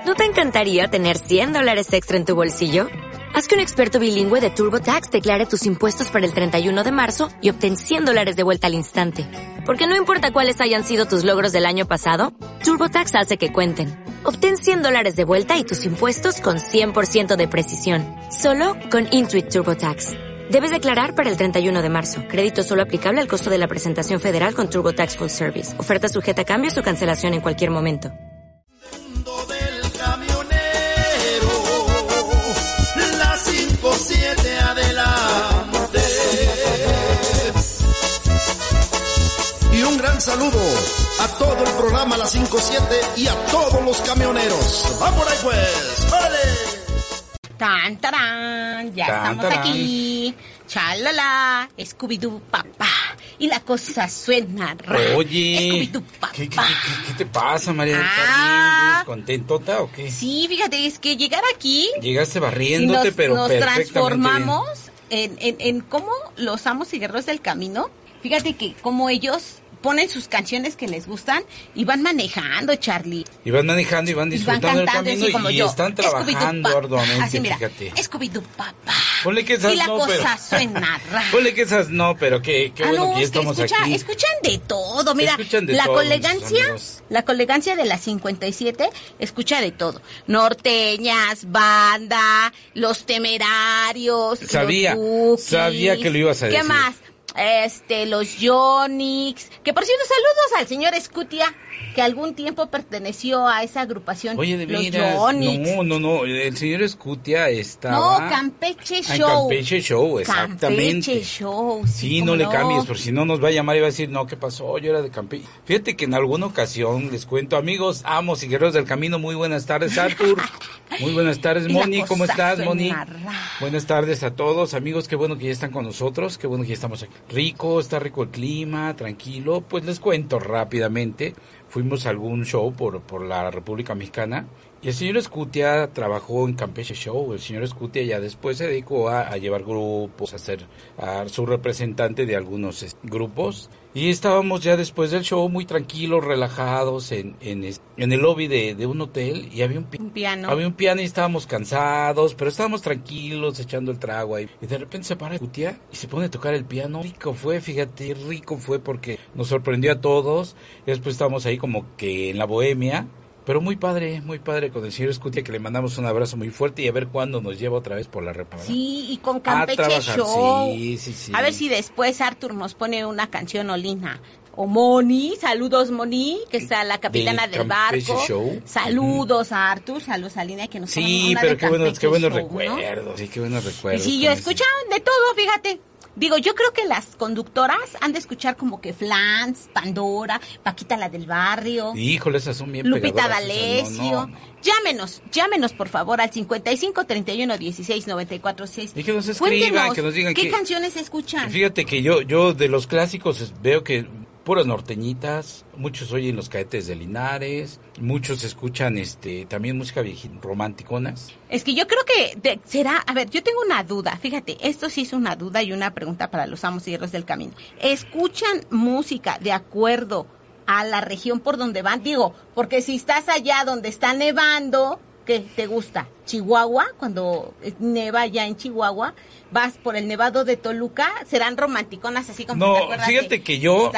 ¿No te encantaría tener $100 extra en tu bolsillo? Haz que un experto bilingüe de TurboTax declare tus impuestos para el 31 de marzo y obtén $100 de vuelta al instante. Porque no importa cuáles hayan sido tus logros del año pasado, TurboTax hace que cuenten. Obtén $100 de vuelta y tus impuestos con 100% de precisión. Solo con Intuit TurboTax. Debes declarar para el 31 de marzo. Crédito solo aplicable al costo de la presentación federal con TurboTax Full Service. Oferta sujeta a cambios o cancelación en cualquier momento. Del camionero, la 5-7 adelante. Y un gran saludo a todo el programa La 5-7 y a todos los camioneros. ¡Va por ahí pues! ¡Órale! Tan, tarán, ya estamos aquí. Chalala, Scooby-Doo papá. Y la cosa suena raro. Oye, Scooby-Doo papá. ¿Qué te pasa, María del Carmen? ¿Contentota o qué? Sí, fíjate, es que llegar aquí... Llegaste barriéndote, pero nos perfectamente transformamos bien. en cómo los amos y guerreros del camino. Fíjate que como ellos ponen sus canciones que les gustan y van manejando, Charlie. Y van manejando y van disfrutando del camino y están trabajando arduamente, así, mira, fíjate. Scooby-Doo papá. Ponle que esas y la no, cosa pero... suena rara. Ponle que esas no, pero qué bueno que ya estamos aquí. Escuchan de todo, mira, Escuchan de la todo, colegancia de la 57 escucha de todo. Norteñas, banda, Los Temerarios, Sabía que lo ibas a decir. ¿Qué más? Los Yonix, que por cierto, saludos al señor Scutia, que algún tiempo perteneció a esa agrupación. Oye, de los veras, Yonix. no, el señor Scutia estaba... No, Campeche en Show. Campeche Show, exactamente. Campeche Show, sí, no le cambies, por si no nos va a llamar y va a decir, no, ¿qué pasó? Yo era de Campeche. Fíjate que en alguna ocasión, les cuento, amigos, amos y guerreros del camino, muy buenas tardes, Arthur. Muy buenas tardes, Moni, ¿cómo estás, Moni? Buenas tardes a todos, amigos, qué bueno que ya están con nosotros, qué bueno que ya estamos aquí. Está rico el clima, tranquilo, pues les cuento rápidamente. Fuimos a algún show por la República Mexicana y el señor Scutia trabajó en Campeche Show. El señor Scutia ya después se dedicó a llevar grupos, a ser su representante de algunos grupos. Y estábamos ya después del show muy tranquilos, relajados en el lobby de un hotel y había un piano. Había un piano y estábamos cansados, pero estábamos tranquilos echando el trago ahí. Y de repente se para Scutia y se pone a tocar el piano. Rico fue, fíjate, rico fue porque nos sorprendió a todos. Y después estábamos ahí como que en la bohemia. Pero muy padre con el señor Scutia, que le mandamos un abrazo muy fuerte y a ver cuándo nos lleva otra vez por la reparación. Sí, y con Campeche Show. Sí. A ver si después Arthur nos pone una canción Olina. O Moni, saludos Moni, que está la capitana del barco. Show. Saludos a Arthur, saludos a Lina, que nos pone sí, una pero de qué buenos Show, recuerdos, ¿no? Sí, qué buenos recuerdos. Y sí, yo escuchaba de todo, fíjate. Digo, yo creo que las conductoras han de escuchar como que Flans, Pandora, Paquita la del barrio. Híjole, esas son bien Lupita pegadoras. D'Alessio. No. Llámenos por favor al 55 31 16 94 6. Y que nos escriban, que nos digan ¿qué canciones escuchan? Fíjate que yo de los clásicos veo que puras norteñitas, muchos oyen los Cadetes de Linares, muchos escuchan también música romanticonas. Es que yo creo que será, a ver, yo tengo una duda, fíjate, esto sí es una duda y una pregunta para los amos y guerreros del camino. ¿Escuchan música de acuerdo a la región por donde van? Digo, porque si estás allá donde está nevando, ¿qué te gusta? Chihuahua, cuando neva allá en Chihuahua, vas por el nevado de Toluca, serán romanticonas así como... No, fíjate que yo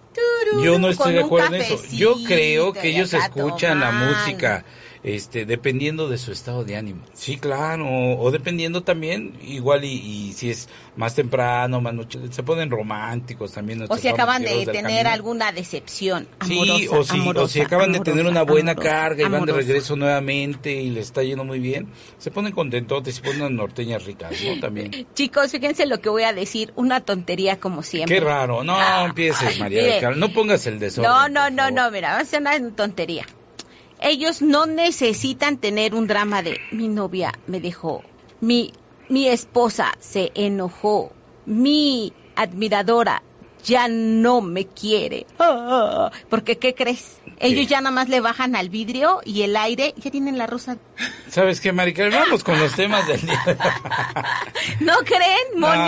no estoy de acuerdo en eso. Yo creo que ellos escuchan la música dependiendo de su estado de ánimo. Sí, claro, o dependiendo también, igual y si es más temprano, más noche, se ponen románticos también. O si acaban de tener alguna decepción amorosa. Sí, o si acaban de tener una buena carga y van de regreso nuevamente y les está yendo muy bien, se ponen contentotes, se ponen norteñas ricas, ¿no? También. Chicos, fíjense lo que voy a decir, una tontería como siempre. Qué raro, no empieces, María, no pongas el desorden. No, mira, va a ser una tontería. Ellos no necesitan tener un drama de mi novia me dejó, mi esposa se enojó, mi admiradora ya no me quiere. Porque, ¿qué crees? Ellos ya nada más le bajan al vidrio y el aire, ya tienen la rosa. ¿Sabes qué, Maricar? Vamos con los temas del día. ¿No creen, Moni?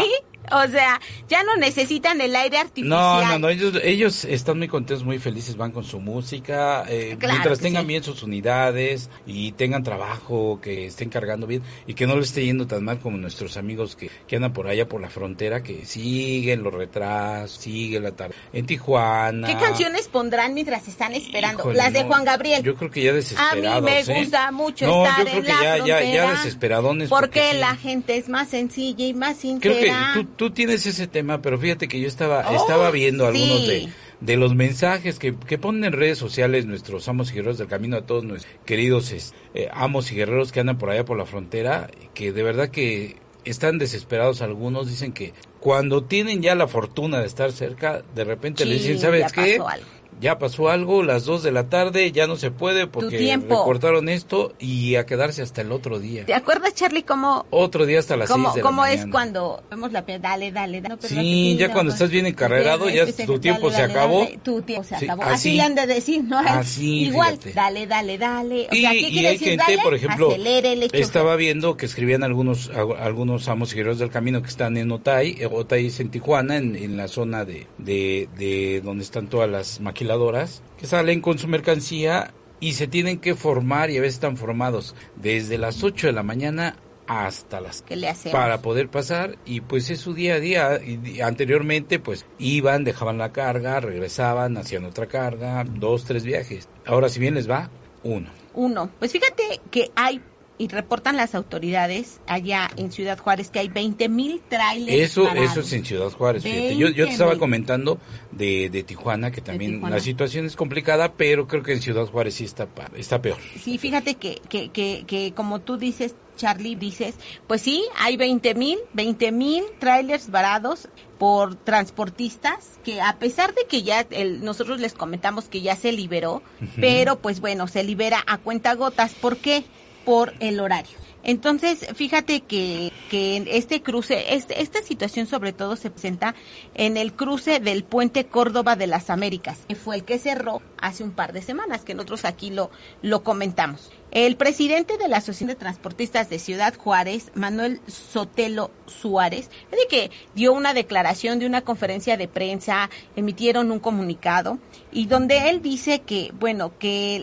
O sea, ya no necesitan el aire artificial. No, ellos están muy contentos, muy felices, van con su música, Claro mientras que tengan sí. bien sus unidades y tengan trabajo, que estén cargando bien y que no les esté yendo tan mal como nuestros amigos que andan por allá por la frontera, que siguen los retrasos, siguen la tarde en Tijuana. ¿Qué canciones pondrán mientras están esperando? Híjole, Las de no, Juan Gabriel. Yo creo que ya desesperados. A mí me gusta mucho No, estar yo creo en que la ya frontera. desesperadones. Porque sí. la gente es más sencilla y más Creo sincera. que tú tienes ese tema, pero fíjate que yo estaba viendo algunos sí. de los mensajes que ponen en redes sociales nuestros amos y guerreros del camino, a todos nuestros queridos amos y guerreros que andan por allá por la frontera, que de verdad que están desesperados. Algunos dicen que cuando tienen ya la fortuna de estar cerca, de repente le dicen, ¿sabes qué? Ya pasó algo, las 2 de la tarde, ya no se puede porque recortaron esto y a quedarse hasta el otro día. ¿Te acuerdas, Charlie, cómo... Otro día hasta las 6 de la mañana. ¿Cómo es cuando vemos la piedra? Dale. No, sí, ya cuando estás bien encarrerado, ya tu tiempo se acabó. Tu tiempo se acabó. Así Así le han de decir, ¿no? Así, igual, fíjate. dale. O sea, ¿qué y quiere hay decir? gente, Dale, por ejemplo, acelérele, estaba viendo que escribían algunos amos y guerreros del camino que están en Otay. Otay es en Tijuana, en la zona de donde están todas las maquiladoras, que salen con su mercancía y se tienen que formar, y a veces están formados desde las 8 de la mañana hasta las ¿Qué le hacemos? Para poder pasar, y pues es su día a día. Y anteriormente pues iban, dejaban la carga, regresaban, hacían otra carga, 2, 3 viajes. Ahora, si bien les va, uno. Pues fíjate que hay, y reportan las autoridades allá en Ciudad Juárez, que hay 20,000 trailers Eso parados. es en Ciudad Juárez, fíjate. Yo te estaba comentando de Tijuana, que también la situación es complicada, pero creo que en Ciudad Juárez sí está peor. Sí, fíjate que como tú dices, Charlie, pues sí, hay 20,000 trailers varados por transportistas, que a pesar de que ya nosotros les comentamos que ya se liberó, pero pues bueno, se libera a cuentagotas. ¿Por qué? Por el horario. Entonces, fíjate que en este cruce, esta situación sobre todo se presenta en el cruce del puente Córdoba de las Américas, que fue el que cerró hace un par de semanas, que nosotros aquí lo comentamos. El presidente de la Asociación de Transportistas de Ciudad Juárez, Manuel Sotelo Suárez, de que dio una declaración de una conferencia de prensa, emitieron un comunicado, y donde él dice que, bueno, que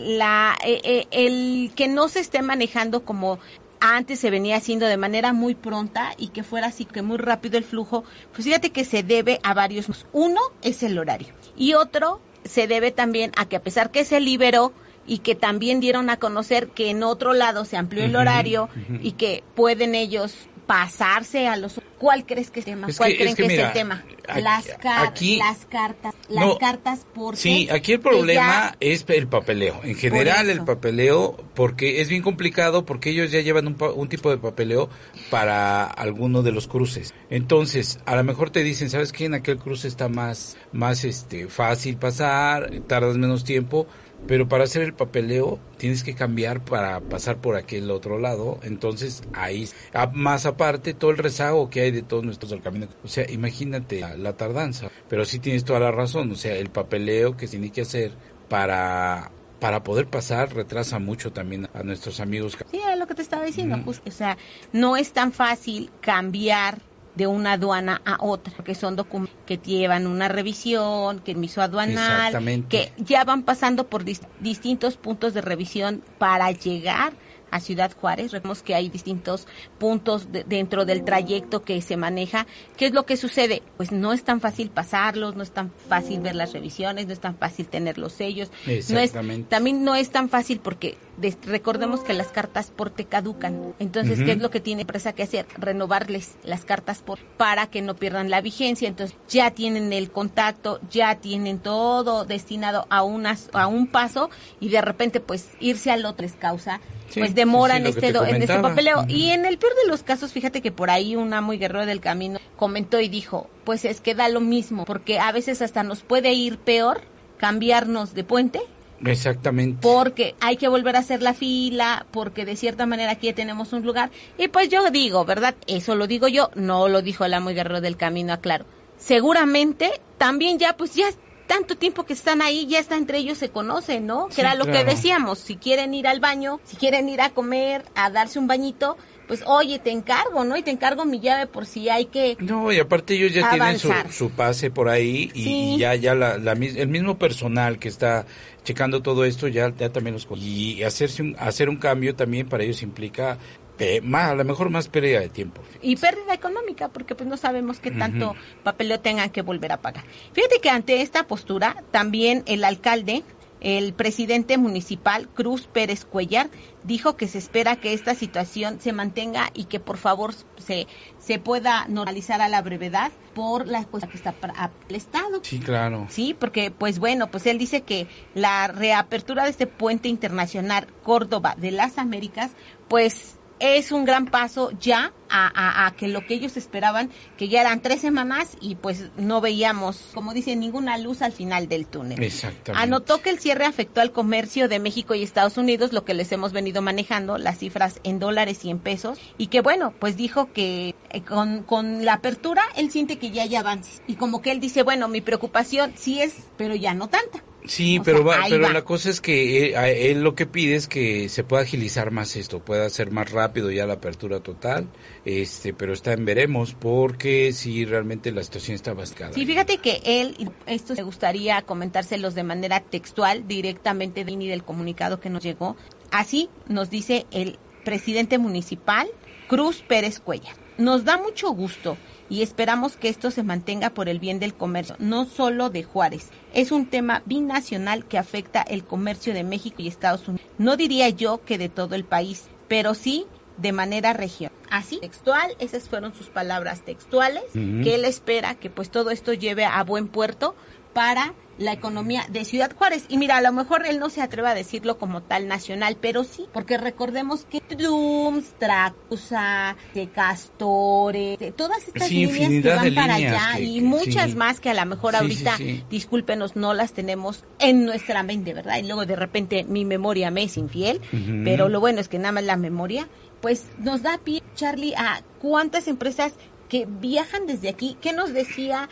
el que no se esté manejando como antes se venía haciendo de manera muy pronta y que fuera así que muy rápido el flujo, pues fíjate que se debe a varios. Uno es el horario y otro se debe también a que, a pesar que se liberó y que también dieron a conocer que en otro lado se amplió el horario y que pueden ellos pasarse a los... ¿Cuál crees que es el tema? ¿Cuál creen que es el tema? Las cartas por... Sí, aquí el problema es el papeleo. En general el papeleo, porque es bien complicado, porque ellos ya llevan un tipo de papeleo para alguno de los cruces. Entonces, a lo mejor te dicen, ¿sabes qué? En aquel cruce está más fácil pasar, tardas menos tiempo, pero para hacer el papeleo tienes que cambiar para pasar por aquel otro lado. Entonces ahí, más aparte, todo el rezago que hay de todos nuestros del camino. O sea, imagínate la tardanza. Pero sí tienes toda la razón. O sea, el papeleo que se tiene que hacer para poder pasar retrasa mucho también a nuestros amigos. Sí, era lo que te estaba diciendo, justo. O sea, no es tan fácil cambiar de una aduana a otra, porque son documentos que llevan una revisión, que permiso aduanal, que ya van pasando por distintos puntos de revisión para llegar a Ciudad Juárez. Vemos que hay distintos puntos dentro del trayecto que se maneja. ¿Qué es lo que sucede? Pues no es tan fácil pasarlos, no es tan fácil ver las revisiones, no es tan fácil tener los sellos. También no es tan fácil porque recordemos que las cartas porte caducan. Entonces, ¿qué es lo que tiene la empresa que hacer? Renovarles las cartas para que no pierdan la vigencia. Entonces, ya tienen el contacto, ya tienen todo destinado a un paso, y de repente, pues, irse al otro les causa pues demoran en este papeleo. Y en el peor de los casos, fíjate que por ahí una muy guerrero del camino comentó y dijo, pues es que da lo mismo, porque a veces hasta nos puede ir peor cambiarnos de puente. Exactamente. Porque hay que volver a hacer la fila, porque de cierta manera aquí ya tenemos un lugar. Y pues yo digo, ¿verdad? Eso lo digo yo, no lo dijo la muy guerrero del camino, aclaro. Seguramente también ya tanto tiempo que están ahí, ya está entre ellos, se conocen, ¿no? Que era lo que decíamos, si quieren ir al baño, si quieren ir a comer, a darse un bañito, pues oye, te encargo, ¿no? Y te encargo mi llave por si hay que No, y aparte ellos ya avanzar. tienen su pase por ahí y, Sí. y ya el mismo personal que está checando todo esto ya también los conoce. Y hacer un cambio también para ellos implica a lo mejor más pérdida de tiempo. Y pérdida económica, porque pues no sabemos qué tanto papeleo tengan que volver a pagar. Fíjate que ante esta postura, también el alcalde, el presidente municipal, Cruz Pérez Cuellar, dijo que se espera que esta situación se mantenga y que por favor se pueda normalizar a la brevedad por la cosa que está para el Estado. Sí, claro. Sí, porque pues bueno, pues él dice que la reapertura de este puente internacional Córdoba de las Américas, pues es un gran paso ya a que lo que ellos esperaban, que ya eran 3 semanas y pues no veíamos, como dicen, ninguna luz al final del túnel. Exactamente. Anotó que el cierre afectó al comercio de México y Estados Unidos, lo que les hemos venido manejando, las cifras en dólares y en pesos, y que bueno, pues dijo que con la apertura él siente que ya hay avances. Y como que él dice, bueno, mi preocupación sí es, pero ya no tanta. Sí, O pero sea, ahí va. la cosa es que él lo que pide es que se pueda agilizar más esto, pueda ser más rápido ya la apertura total, pero está en veremos, porque sí, realmente la situación está bascada. Sí, fíjate que esto me gustaría comentárselos de manera textual, directamente del comunicado que nos llegó. Así nos dice el presidente municipal, Cruz Pérez Cuellar. Nos da mucho gusto y esperamos que esto se mantenga por el bien del comercio, no solo de Juárez. Es un tema binacional que afecta el comercio de México y Estados Unidos. No diría yo que de todo el país, pero sí de manera regional. Así, textual, esas fueron sus palabras textuales, que él espera que pues todo esto lleve a buen puerto para la economía de Ciudad Juárez. Y mira, a lo mejor él no se atreve a decirlo como tal nacional, pero sí, porque recordemos que Trums, Tracusa, Castores, todas estas líneas que van para allá y muchas más que a lo mejor ahorita, discúlpenos, no las tenemos en nuestra mente, ¿verdad? Y luego de repente mi memoria me es infiel, pero lo bueno es que nada más la memoria, pues nos da pie, Charlie, a cuántas empresas que viajan desde aquí. ¿Qué nos decía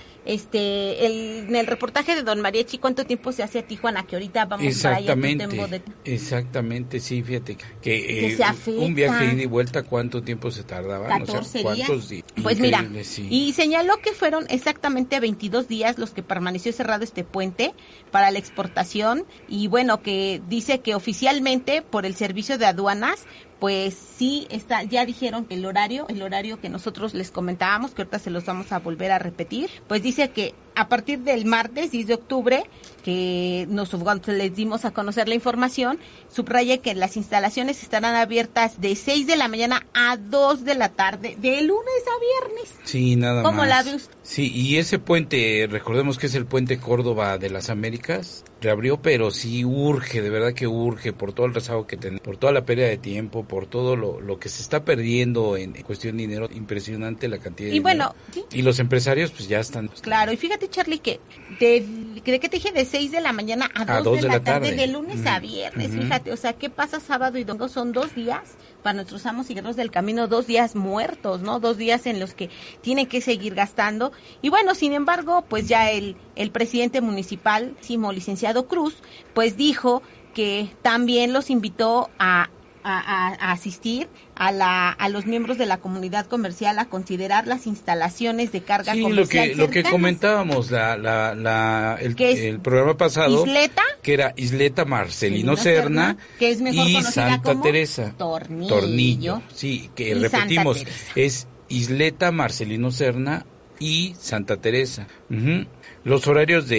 en el reportaje de Don Mariachi? ¿Cuánto tiempo se hace a Tijuana? Que ahorita vamos para allá. Exactamente, sí, fíjate que se afecta. Un viaje ida y vuelta, ¿cuánto tiempo se tardaba? 14 ¿cuántos días? días? Pues mira, sí. Y señaló que fueron exactamente 22 días los que permaneció cerrado este puente para la exportación, y bueno, que dice que oficialmente por el servicio de aduanas, pues sí ya dijeron que el horario que nosotros les comentábamos, que ahorita se los vamos a volver a repetir, pues dice que a partir del martes 10 de octubre, que les dimos a conocer la información, subraya que las instalaciones estarán abiertas de 6 de la mañana a 2 de la tarde, de lunes a viernes. Sí, nada más. ¿Cómo la ve usted? Sí, y ese puente, recordemos que es el puente Córdoba de las Américas, reabrió, pero sí urge, de verdad que urge, por todo el rezago que tenemos, por toda la pérdida de tiempo, por todo lo que se está perdiendo en cuestión de dinero, impresionante la cantidad de dinero. Bueno, ¿sí? Y los empresarios pues ya están. Claro, y fíjate, Charlie, que ¿de qué te dije? De 6 de la mañana a 2 de la tarde, de lunes a viernes, fíjate, o sea, ¿qué pasa sábado y domingo? Son 2 días para nuestros amos y guerreros del camino, 2 días muertos, ¿no? 2 días en los que tienen que seguir gastando. Y bueno, sin embargo, pues ya el presidente municipal, licenciado Cruz, pues dijo que también los invitó a asistir a los miembros de la comunidad comercial a considerar las instalaciones de carga comercial. Lo que comentábamos el programa pasado, Isleta, que era Isleta Marcelino Serna, que es mejor y conocida Santa como Teresa. Tornillo. Sí, que y repetimos, Santa Teresa. Es Isleta Marcelino Serna y Santa Teresa. Los horarios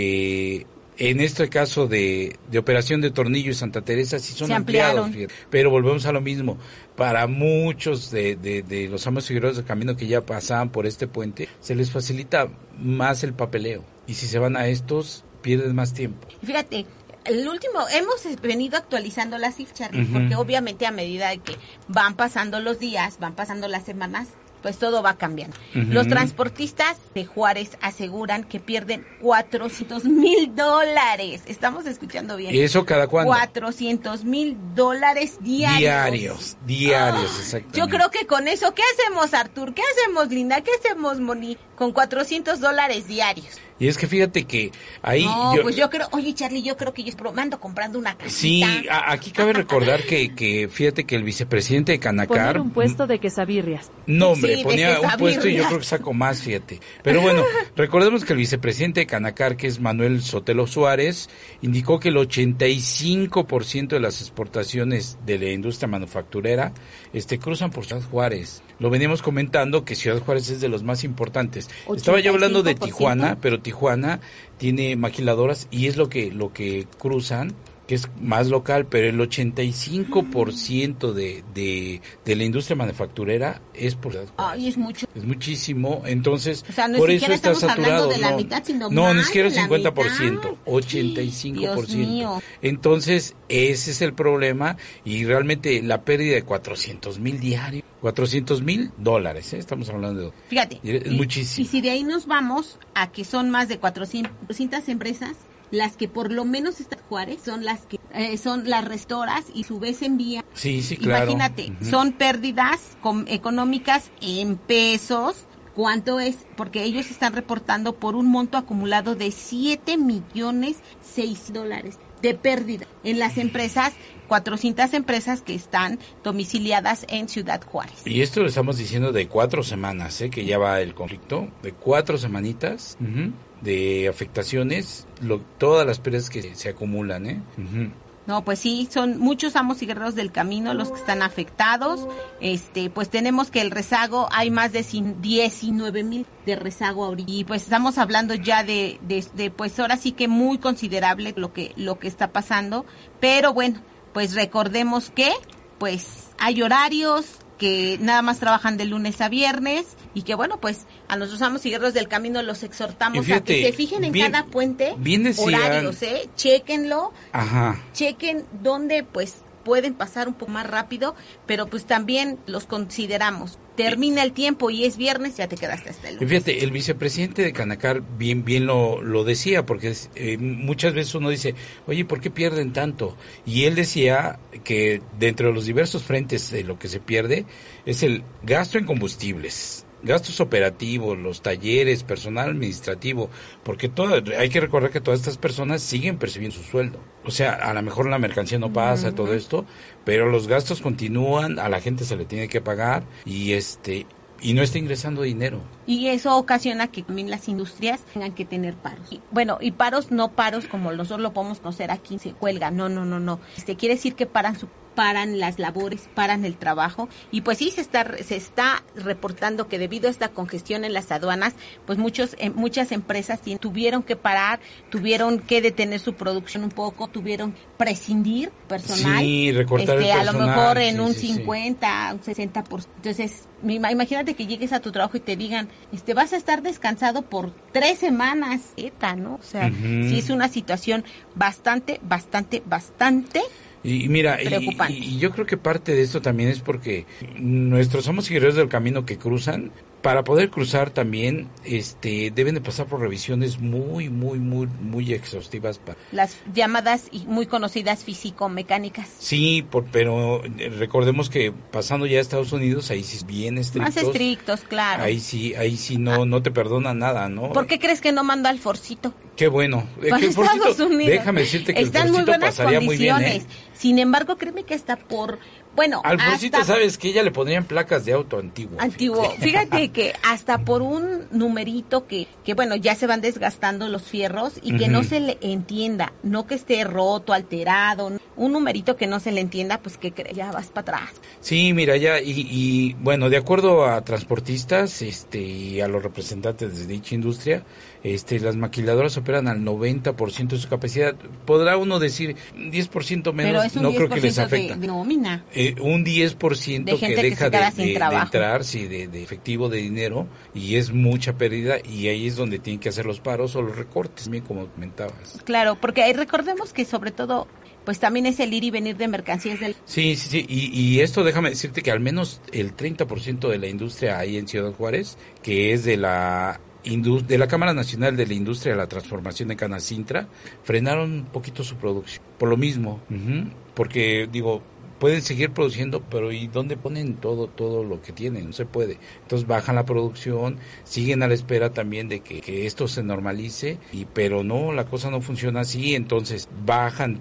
en este caso de operación de Tornillo y Santa Teresa sí son ampliados, pero volvemos a lo mismo. Para muchos de los amos y guerreros del camino que ya pasaban por este puente, se les facilita más el papeleo. Y si se van a estos, pierden más tiempo. Fíjate, hemos venido actualizando las cifras, porque obviamente a medida de que van pasando los días, van pasando las semanas, pues todo va cambiando. Los transportistas de Juárez aseguran que pierden $400,000. Estamos escuchando bien. ¿Y eso cada cuándo? $400,000 diarios. Diarios, exactamente. Yo creo que con eso, ¿qué hacemos, Artur? ¿Qué hacemos, Linda? ¿Qué hacemos, Moni? con $400 diarios. Y es que fíjate que ahí... No, pues yo creo, oye Charlie, yo creo que yo ando comprando una casita. Sí, aquí cabe recordar que fíjate que el vicepresidente de Canacar... Poner un puesto de quesabirrias. No, hombre, Sí, ponía un puesto y yo creo que saco más, fíjate. Pero bueno, recordemos que el vicepresidente de Canacar, que es Manuel Sotelo Suárez, indicó que el 85% de las exportaciones de la industria manufacturera cruzan por Ciudad Juárez. Lo veníamos comentando que Ciudad Juárez es de los más importantes. Estaba yo hablando de Tijuana, pero Tijuana tiene maquiladoras y es lo que cruzan, que es más local, pero el 85% de la industria manufacturera es por Ciudad Juárez. Ay, es mucho. Es muchísimo, entonces O sea, no por ni eso siquiera está estamos saturado. hablando de la mitad, sino no, más ni siquiera de la 50%, mitad. 85%. Dios mío. Entonces, ese es el problema y realmente la pérdida de 400,000 diarios, $400,000, estamos hablando de... Fíjate. Es muchísimo. Y si de ahí nos vamos a que son más de 400 empresas, las que por lo menos están en Juárez son las que son las restoras y su vez envían. Sí, claro. Imagínate, son pérdidas económicas en pesos. ¿Cuánto es? Porque ellos están reportando por un monto acumulado de $7,600,000 de pérdida en las empresas, 400 empresas que están domiciliadas en Ciudad Juárez. Y esto lo estamos diciendo de 4 semanas, que ya va el conflicto, de 4 semanitas de afectaciones, todas las pérdidas que se acumulan, No, pues sí, son muchos amos y guerreros del camino los que están afectados. Pues tenemos que el rezago, hay más de 19,000 de rezago ahorita. Y pues estamos hablando ya de pues ahora sí que muy considerable lo que está pasando. Pero bueno, pues recordemos que pues hay horarios que nada más trabajan de lunes a viernes y que bueno, pues a nuestros amos y guerreros del camino los exhortamos fíjate, a que se fijen en cada puente horarios, chéquenlo, chequen dónde pues pueden pasar un poco más rápido, pero pues también los consideramos. Termina el tiempo y es viernes, ya te quedaste hasta el lunes. Fíjate, el vicepresidente de Canacar bien lo decía, porque muchas veces uno dice, oye, ¿por qué pierden tanto? Y él decía que dentro de los diversos frentes de lo que se pierde es el gasto en combustibles, gastos operativos, los talleres, personal administrativo, porque hay que recordar que todas estas personas siguen percibiendo su sueldo. O sea, a lo mejor la mercancía no pasa, todo esto, pero los gastos continúan, a la gente se le tiene que pagar y no está ingresando dinero. Y eso ocasiona que también las industrias tengan que tener paros. Y paros, no paros como nosotros lo podemos conocer aquí, se cuelga, no. Quiere decir que paran las labores, paran el trabajo y pues sí se está reportando que debido a esta congestión en las aduanas, pues muchas empresas tuvieron que parar, tuvieron que detener su producción un poco, tuvieron que prescindir personal, recortar el personal, a lo mejor en un 50, un 60%. Entonces, imagínate que llegues a tu trabajo y te digan, vas a estar descansado por 3 semanas, ¿no? O sea, sí es una situación bastante y mira, y yo creo que parte de esto también es porque nuestros amos y guerreros del camino que cruzan, para poder cruzar también deben de pasar por revisiones muy exhaustivas. Las llamadas y muy conocidas físico-mecánicas. Sí, pero recordemos que pasando ya a Estados Unidos, ahí sí es bien estrictos. Más estrictos, claro. Ahí sí no te perdonan nada, ¿no? ¿Por qué crees que no mando al Forcito? Qué bueno. Para Estados Unidos. Déjame decirte que están el Forcito muy buenas pasaría condiciones. muy bien, Sin embargo, créeme que hasta por... al Forcito, ¿sabes que ella le pondrían placas de auto antiguo? Fíjate que hasta por un numerito que ya se van desgastando los fierros y que no se le entienda, no que esté roto, alterado, un numerito que no se le entienda, pues que ya vas para atrás. Sí, mira, ya, y bueno, de acuerdo a transportistas y a los representantes de dicha industria, las maquiladoras operan al 90% de su capacidad. Podrá uno decir 10% menos, no creo que les afecta. De nómina. Un 10% de gente que deja de entrar, de efectivo, de dinero, y es mucha pérdida, y ahí es donde tienen que hacer los paros o los recortes, bien como comentabas. Claro, porque recordemos que sobre todo, pues también es el ir y venir de mercancías del... Sí, y esto déjame decirte que al menos el 30% de la industria ahí en Ciudad Juárez, que es de la Cámara Nacional de la Industria de la Transformación de Canacintra, frenaron un poquito su producción, por lo mismo, porque pueden seguir produciendo, pero ¿y dónde ponen todo lo que tienen? No se puede. Entonces bajan la producción, siguen a la espera también de que esto se normalice, pero no, la cosa no funciona así, entonces bajan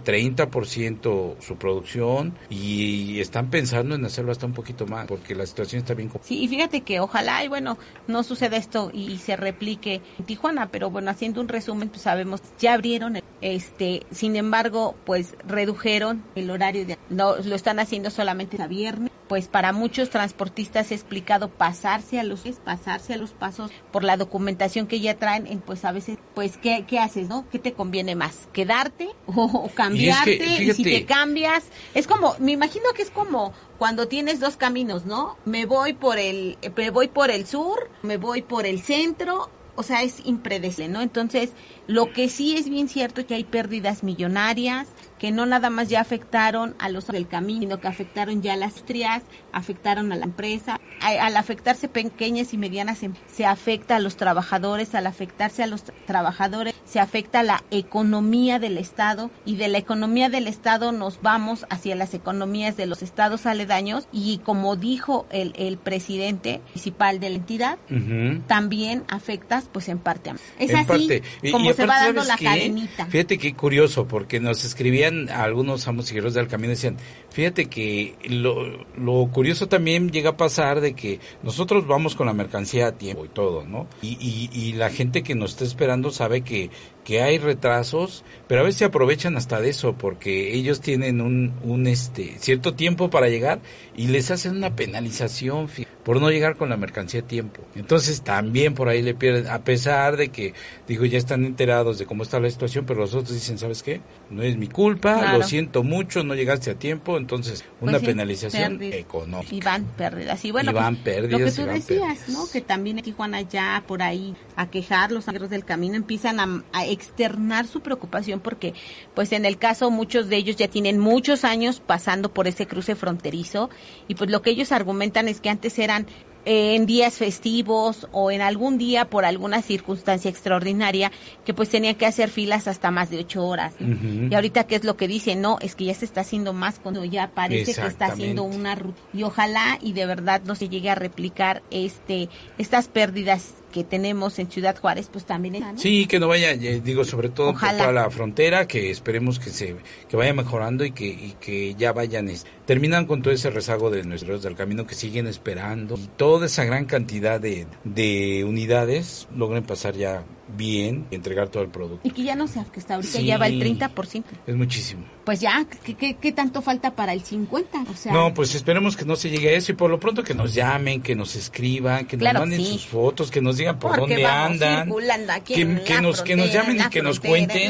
30% su producción y están pensando en hacerlo hasta un poquito más, porque la situación está bien. Sí, y fíjate que ojalá, y bueno, no suceda esto y se replique en Tijuana, pero bueno, haciendo un resumen, pues sabemos, ya abrieron, sin embargo, pues redujeron el horario, lo están haciendo solamente a viernes, pues para muchos transportistas he explicado pasarse a los pasos por la documentación que ya traen, pues a veces, pues ¿qué haces, no? ¿Qué te conviene más? ¿Quedarte o cambiarte? Y fíjate, y si te cambias, es como, me imagino que es como cuando tienes dos caminos, ¿no? Me voy por el sur, me voy por el centro, o sea, es impredecible, ¿no? Entonces, lo que sí es bien cierto es que hay pérdidas millonarias, que no nada más ya afectaron a los del camino, sino que afectaron ya a las industrias, afectaron a la empresa. Al afectarse pequeñas y medianas, se afecta a los trabajadores, al afectarse a los trabajadores, se afecta a la economía del Estado, y de la economía del Estado nos vamos hacia las economías de los estados aledaños, y como dijo el presidente municipal de la entidad, también afectas pues en parte. Es en así parte. como y se va dando la ¿qué? cadenita. Fíjate qué curioso, porque nos escribían algunos amos y guerreros del camino, decían, fíjate que lo curioso también llega a pasar de que nosotros vamos con la mercancía a tiempo y todo, ¿no? Y la gente que nos está esperando sabe que hay retrasos, pero a veces se aprovechan hasta de eso, porque ellos tienen un cierto tiempo para llegar y les hacen una penalización por no llegar con la mercancía a tiempo. Entonces también por ahí le pierden, a pesar de que, digo, ya están enterados de cómo está la situación, pero los otros dicen, ¿sabes qué? No es mi culpa, claro, lo siento mucho, no llegaste a tiempo, entonces una pues sí, penalización económica. Y van pérdidas. Y bueno, van pues, pérdidas, lo que tú decías, pérdidas, ¿no? Que también en Tijuana ya por ahí a quejar, los guerreros del camino empiezan a externar su preocupación, porque pues en el caso muchos de ellos ya tienen muchos años pasando por ese cruce fronterizo, y pues lo que ellos argumentan es que antes eran en días festivos o en algún día por alguna circunstancia extraordinaria que pues tenían que hacer filas hasta más de 8 horas, ¿no? Y ahorita, ¿qué es lo que dicen? No, es que ya se está haciendo más cuando ya parece que está haciendo una ruta, y ojalá y de verdad no se llegue a replicar estas pérdidas que tenemos en Ciudad Juárez, pues también, ¿no? Sí, que no vaya, digo, sobre todo para la frontera, que esperemos que vaya mejorando y que ya vayan, terminan con todo ese rezago de nuestros del camino que siguen esperando, y toda esa gran cantidad de unidades logren pasar ya bien y entregar todo el producto. Y que ya no sé, que hasta ahorita ya va el 30%. Es muchísimo. Pues ya, ¿qué tanto falta para el 50%? O sea, no, pues esperemos que no se llegue a eso, y por lo pronto que nos llamen, que nos escriban, que nos manden sus fotos, que nos digan por dónde andan, que nos llamen y que nos cuenten,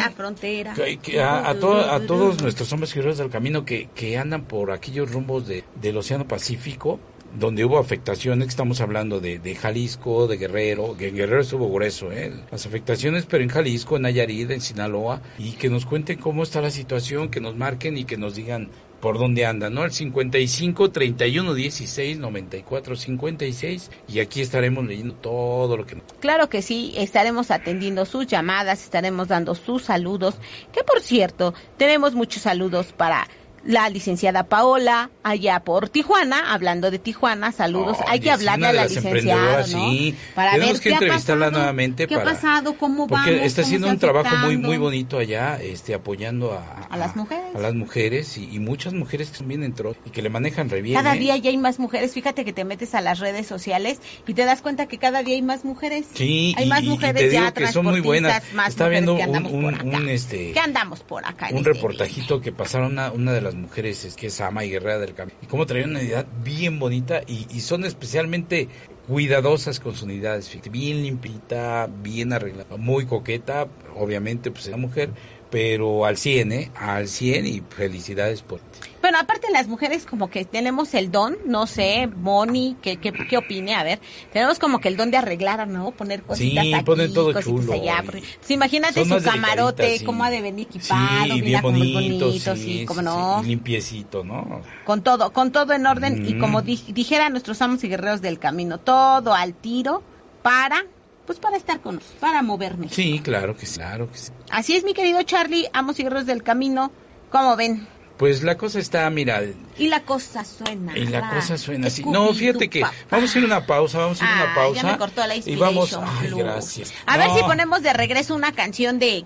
a todos nuestros hombres guerreros del camino que andan por aquellos rumbos del Océano Pacífico, donde hubo afectaciones, estamos hablando de Jalisco, de Guerrero, que Guerrero estuvo grueso, las afectaciones, pero en Jalisco, en Nayarit, en Sinaloa, y que nos cuenten cómo está la situación, que nos marquen y que nos digan por dónde andan, ¿no? El 55 31 16 94 56, y aquí estaremos leyendo todo lo que... Claro que sí, estaremos atendiendo sus llamadas, estaremos dando sus saludos, que por cierto, tenemos muchos saludos para la licenciada Paola, allá por Tijuana, hablando de Tijuana, saludos. Hay que hablarle a la licenciada, ¿no? Sí. Para tenemos ver que entrevistarla nuevamente. ¿Qué ha pasado? ¿Cómo vamos? Porque está haciendo un trabajo muy bonito allá, apoyando a las mujeres. A las mujeres, y muchas mujeres que son bien dentro y que le manejan re bien. Cada día ya hay más mujeres. Fíjate que te metes a las redes sociales y te das cuenta que cada día hay más mujeres. Sí, hay más mujeres, y te digo ya que son muy buenas. Más está viendo que andamos por acá. Un reportajito que pasaron una de las mujeres que es ama y guerrera del camino, y cómo traían una unidad bien bonita, y son especialmente cuidadosas con sus unidades, bien limpita, bien arreglada, muy coqueta, obviamente pues es una mujer, pero al 100, al 100, y felicidades por ti. Bueno, aparte las mujeres como que tenemos el don, no sé, Moni, ¿qué opine? A ver, tenemos como que el don de arreglar, ¿no? Poner cositas aquí, ponen todo cositas chulo, allá. Pues imagínate su camarote, cómo ha de venir equipado, sí, bien bonito, sí, como no. Sí, limpiecito, ¿no? Con todo en orden, y como dijera nuestros amos y guerreros del camino, todo al tiro para estar con nosotros, para moverme. Sí, claro que sí. Así es, mi querido Charlie, amos y guerreros del camino, ¿cómo ven? Pues la cosa está, mira. Y la cosa suena. Y la cosa suena así. Scooby, No, fíjate que papá. vamos a ir a una pausa, Ya me cortó la y inspiration. vamos, ay, Blue. gracias. A ver si ponemos de regreso una canción de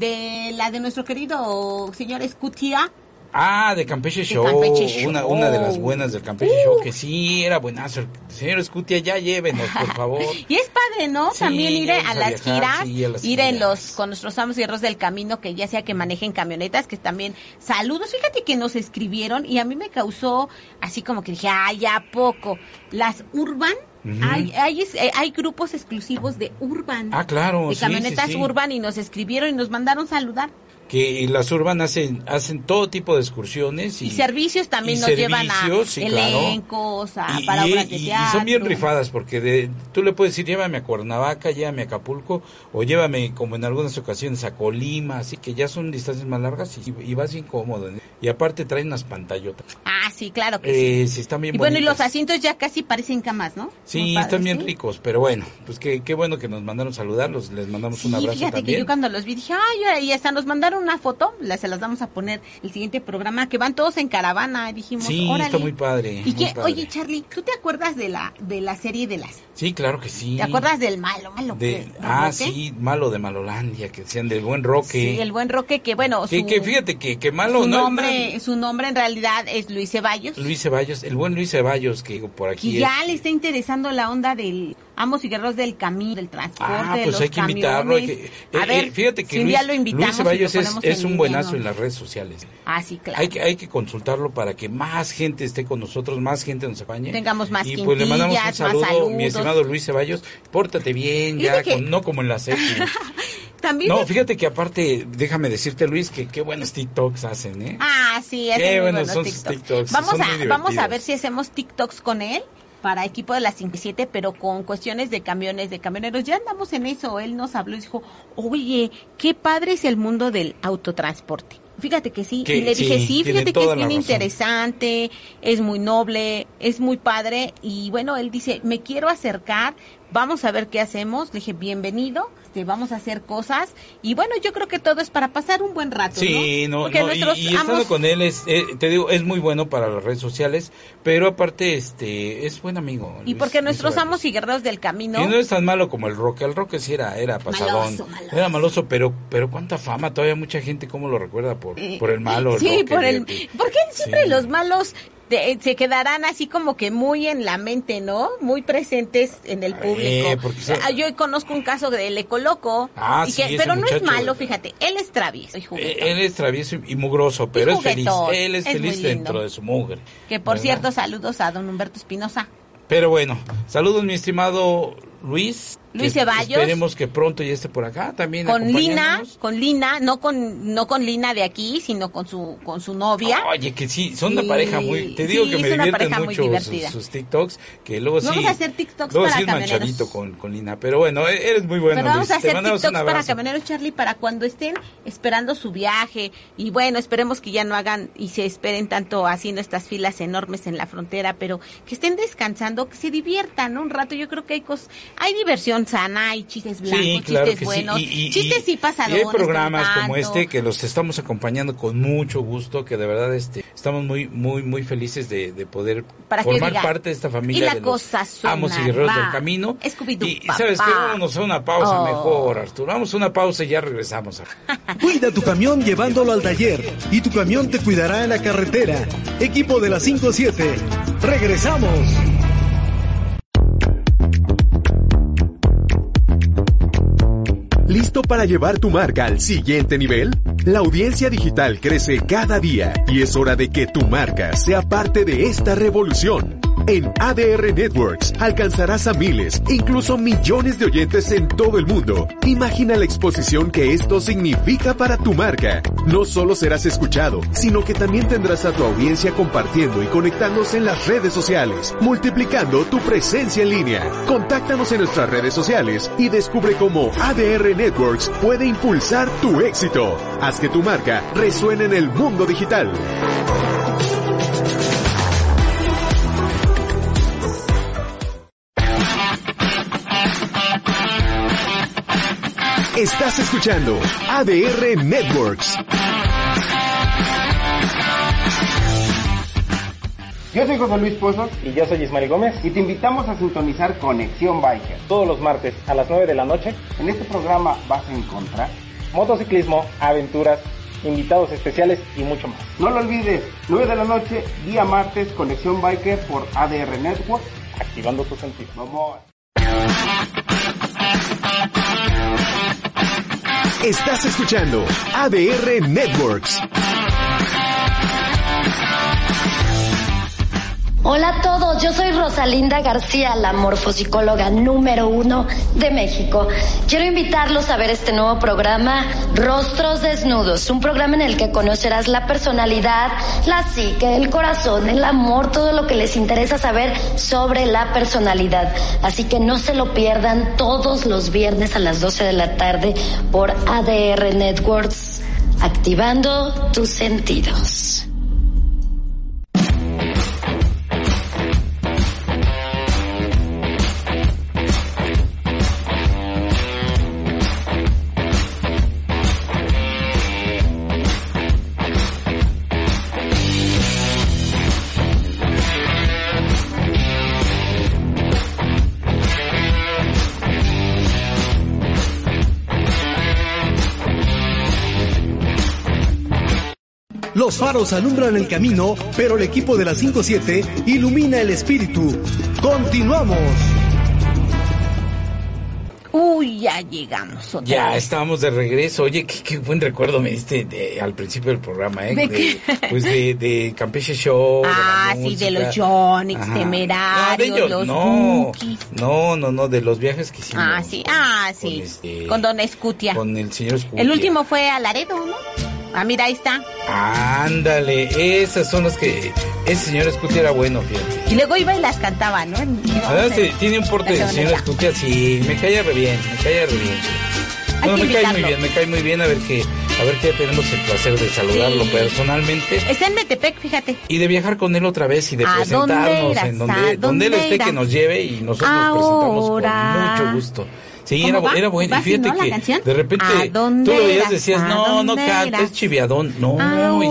la de nuestro querido señor Scutia. Ah, de Campeche Show, Campeche Show. Una de las buenas del Campeche Show, que sí, era buenazo. Señor Scutia, ya llévenos, por favor. Y es padre, ¿no? Sí, También ir vamos a a las viajar, giras, sí, a las ir en giras. con nuestros amos y hierros del camino, que ya sea que manejen camionetas, que también saludos. Fíjate que nos escribieron y a mí me causó así como que dije, ay, ¿a poco? Las Urban. Ujú. Hay grupos exclusivos de Urban. Ah, claro, De sí, camionetas sí, sí. Urban, y nos escribieron y nos mandaron saludar. Que las Urban hacen todo tipo de excursiones. Y servicios también nos llevan a sí, claro. elencos, para obras de teatro. Y son bien rifadas porque tú le puedes decir, llévame a Cuernavaca, llévame a Acapulco, o llévame, como en algunas ocasiones, a Colima, así que ya son distancias más largas y vas bien cómodo. Y aparte traen unas pantallotas. Ah, sí, claro que sí. Sí, están bien Y bueno, y bonitas. los asientos ya casi parecen camas, ¿no? Sí, Muy padres, están bien ¿sí? ricos, pero bueno, pues qué bueno que nos mandaron saludarlos, les mandamos Sí, un abrazo fíjate también. que yo cuando los vi dije, ay, y hasta nos mandaron una foto, se las vamos a poner el siguiente programa, que van todos en caravana, dijimos, Sí, órale. está muy padre. Y muy que, padre. oye, Charlie, ¿tú te acuerdas de la serie de las... Sí, claro que sí. ¿Te acuerdas del malo? Roque? Sí, malo de Malolandia, que decían del buen Roque. Sí, el buen Roque, que bueno, Que fíjate que malo, su ¿no? nombre en realidad es Luis Ceballos. Luis Ceballos, el buen Luis Ceballos, que por aquí Y ya le está interesando la onda del amos y guerreros del camino, del transporte, de pues los hay que invitarlo. camiones. A ver, fíjate que si un día lo invitamos Luis Ceballos y lo ponemos es un buenazo lleno. en las redes sociales. Ah, sí, claro. Hay que consultarlo para que más gente esté con nosotros, más gente nos acompañe. Tengamos más Y pues le mandamos un quintillas, saludo, más saludos. mi estimado Luis Ceballos. Pórtate bien, Fíjate ya, que- no como en la secu. También No, fíjate que aparte, déjame decirte, Luis, que qué buenos TikToks hacen, ¿eh? Ah, sí, Qué hacen muy buenos buenos son sus TikToks. TikToks, Vamos son muy a divertidos. ver si hacemos TikToks con él para equipo de las 57, pero con cuestiones de camiones, de camioneros. Ya andamos en eso. Él nos habló y dijo, oye, qué padre es el mundo del autotransporte. Fíjate que sí. Que Y le dije, sí, sí, tiene fíjate que toda es la bien razón. interesante, es muy noble, es muy padre. Y bueno, él dice, me quiero acercar, vamos a ver qué hacemos. Le dije, bienvenido, vamos a hacer cosas. Y bueno, yo creo que todo es para pasar un buen rato, Sí, ¿no? no, Porque nuestros y estando amos- con él te digo, es muy bueno para las redes sociales, pero aparte es buen amigo. Y Luis- porque Luis nuestros Ceballos. amos y guerreros del camino... Y no es tan malo como el Roque sí era pasadón. Maloso. Era maloso, pero cuánta fama, todavía mucha gente cómo lo recuerda por el malo. Sí, Roque, por el... Porque siempre Sí. los malos se quedarán así como que muy en la mente, ¿no? Muy presentes en el público. porque son- Yo conozco un caso del Ecoloco. Ah, y sí, ese pero no es muchacho- malo, fíjate. Él es travieso y juguetón. Él es travieso y mugroso, pero Y es feliz. juguetón, Él es es feliz muy lindo. dentro de su mujer. Que por ¿verdad? cierto, saludos a don Humberto Espinosa. Pero bueno, saludos mi estimado Luis. Luis que Ceballos. Esperemos que pronto ya esté por acá también. Con Lina, acompañándonos. no con Lina de aquí, sino con su novia. Oye, que sí, son una Sí, pareja muy... Te digo sí, que me es una divierten pareja muy mucho divertida. sus TikToks, que luego sí... Vamos a hacer TikToks luego para sí es camioneros. manchadito con Lina, pero bueno, eres muy bueno, Pero vamos Luis. a Te hacer mandamos un TikToks para abrazo. camioneros, Charlie, para cuando estén esperando su viaje. Y bueno, esperemos que ya no hagan y se esperen tanto haciendo estas filas enormes en la frontera, pero que estén descansando, que se diviertan, ¿no? Un rato. Yo creo que hay diversión sana, hay chistes blancos, Sí, claro chistes que buenos, sí. chistes sí Y pasadones. hay programas pero como tanto. este que los estamos acompañando con mucho gusto, que de verdad estamos muy muy muy felices de poder Para que formar diga, parte de esta y familia la de los cosa suena, amos y guerreros va. del camino. Scooby-Doo, Y sabes papá. qué, vámonos a una pausa Oh. mejor, Arturo. Vamos a una pausa y ya regresamos. Cuida tu camión llevándolo al taller y tu camión te cuidará en la carretera. Equipo de las 5-7. Regresamos. ¿Listo para llevar tu marca al siguiente nivel? La audiencia digital crece cada día y es hora de que tu marca sea parte de esta revolución. En ADR Networks alcanzarás a miles, incluso millones de oyentes en todo el mundo. Imagina la exposición que esto significa para tu marca. No solo serás escuchado, sino que también tendrás a tu audiencia compartiendo y conectándose en las redes sociales, multiplicando tu presencia en línea. Contáctanos en nuestras redes sociales y descubre cómo ADR Networks puede impulsar tu éxito. Haz que tu marca resuene en el mundo digital. Estás escuchando ADR Networks. Yo soy José Luis Pozos. Y yo soy Ismael Gómez. Y te invitamos a sintonizar Conexión Biker. Todos los martes a las 9 de la noche. En este programa vas a encontrar motociclismo, aventuras, invitados especiales y mucho más. No lo olvides, 9 de la noche, día martes, Conexión Biker por ADR Network. Activando tus sentidos. Vamos. Estás escuchando ADR Networks. Hola a todos, yo soy Rosalinda García, la morfopsicóloga número 1 de México. Quiero invitarlos a ver este nuevo programa, Rostros Desnudos, un programa en el que conocerás la personalidad, la psique, el corazón, el amor, todo lo que les interesa saber sobre la personalidad. Así que no se lo pierdan todos los viernes a las 12 de la tarde por ADR Networks, activando tus sentidos. Los faros alumbran el camino, pero el equipo de la 5-7 ilumina el espíritu. ¡Continuamos! Uy, ya llegamos otra Ya vez. estábamos de regreso. Oye, qué buen recuerdo me diste al principio del programa, ¿eh? ¿De qué? Pues de Campeche Show. Ah, de la sí, de música. los Yonix, Ajá. Temerarios, No, de ellos, los no. Bookies. No, de los viajes que hicimos. Sí. Con Don Escutia. Con el señor Escutia. El último fue a Laredo, ¿no? Ah, mira, ahí está. Ándale, esas son las que... Ese señor Escutia era bueno, fíjate. Y luego iba y las cantaba, ¿no? Además, tiene un porte de señor Escutia, sí, me cae re bien. Bueno, me cae muy bien, a ver que tenemos el placer de saludarlo personalmente. Está en Metepec, fíjate. Y de viajar con él otra vez y de presentarnos en donde él esté, que nos lleve y nosotros nos presentamos con mucho gusto. Sí, era bueno. Y fíjate que de repente tú lo veías, decías, no canta, es chiviadón. No, y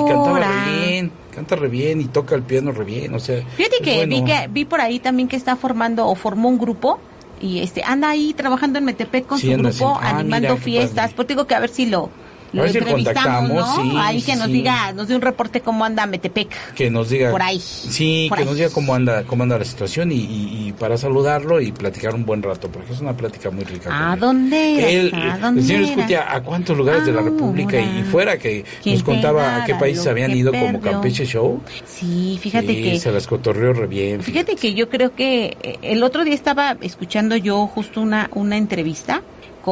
canta re bien y toca el piano re bien, o sea. Fíjate que bueno. vi por ahí también que está formó un grupo y anda ahí trabajando en Metepec con su grupo, animando fiestas. Por digo que a ver si lo entrevistamos, ¿no? Sí, ahí que nos dé un reporte cómo anda Metepec. Que nos diga por ahí. Sí, por que ahí. nos diga cómo anda la situación y para saludarlo y platicar un buen rato, porque es una plática muy rica. ¿A dónde El señor Escutia, ¿a cuántos lugares de la República y fuera que nos contaba a qué países habían ido como Campeche Show? Sí, fíjate que se las cotorreó re bien. Fíjate que yo creo que el otro día estaba escuchando yo justo una entrevista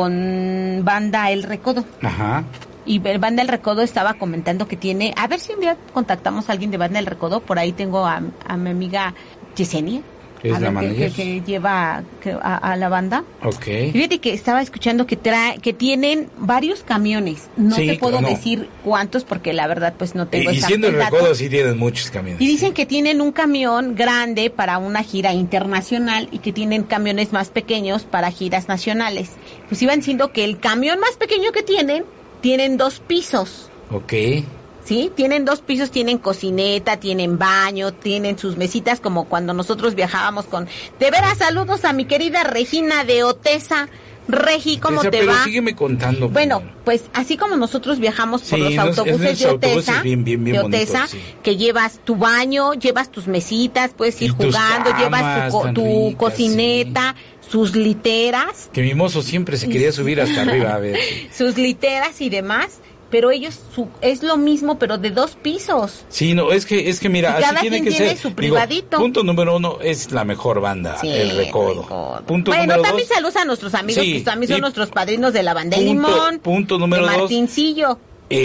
con Banda El Recodo. Ajá. Y Banda El Recodo estaba comentando que tiene, a ver si un día contactamos a alguien de Banda El Recodo, por ahí tengo a mi amiga Yesenia, ¿Es la manager? que lleva a la banda. Okay. Fíjate que estaba escuchando que tienen varios camiones, no te puedo decir cuántos porque la verdad pues no tengo y siendo El Recodo sí tienen muchos camiones. Y dicen que tienen un camión grande para una gira internacional y que tienen camiones más pequeños para giras nacionales. Pues iban diciendo que el camión más pequeño que tienen 2 pisos. Ok. Sí, tienen 2 pisos, tienen cocineta, tienen baño, tienen sus mesitas como cuando nosotros viajábamos con... De veras, saludos a mi querida Regina de Otesa. Regi, ¿cómo te pero va? sígueme contando. Bueno, pues así como nosotros viajamos por los autobuses de Otesa, que llevas tu baño, llevas tus mesitas, puedes ir jugando, llevas tu cocineta, sus literas. Que mi mozo siempre se quería subir hasta arriba a ver. Sus literas y demás. Pero ellos es lo mismo, pero de 2 pisos. Sí, no, es que mira, y así tiene que ser. Su privadito. Punto número 1, es la mejor banda, El Recodo. Punto número 2. Bueno, también 2, saludos a nuestros amigos que también son nuestros padrinos de la banda de Limón. Punto número 2. Martincillo.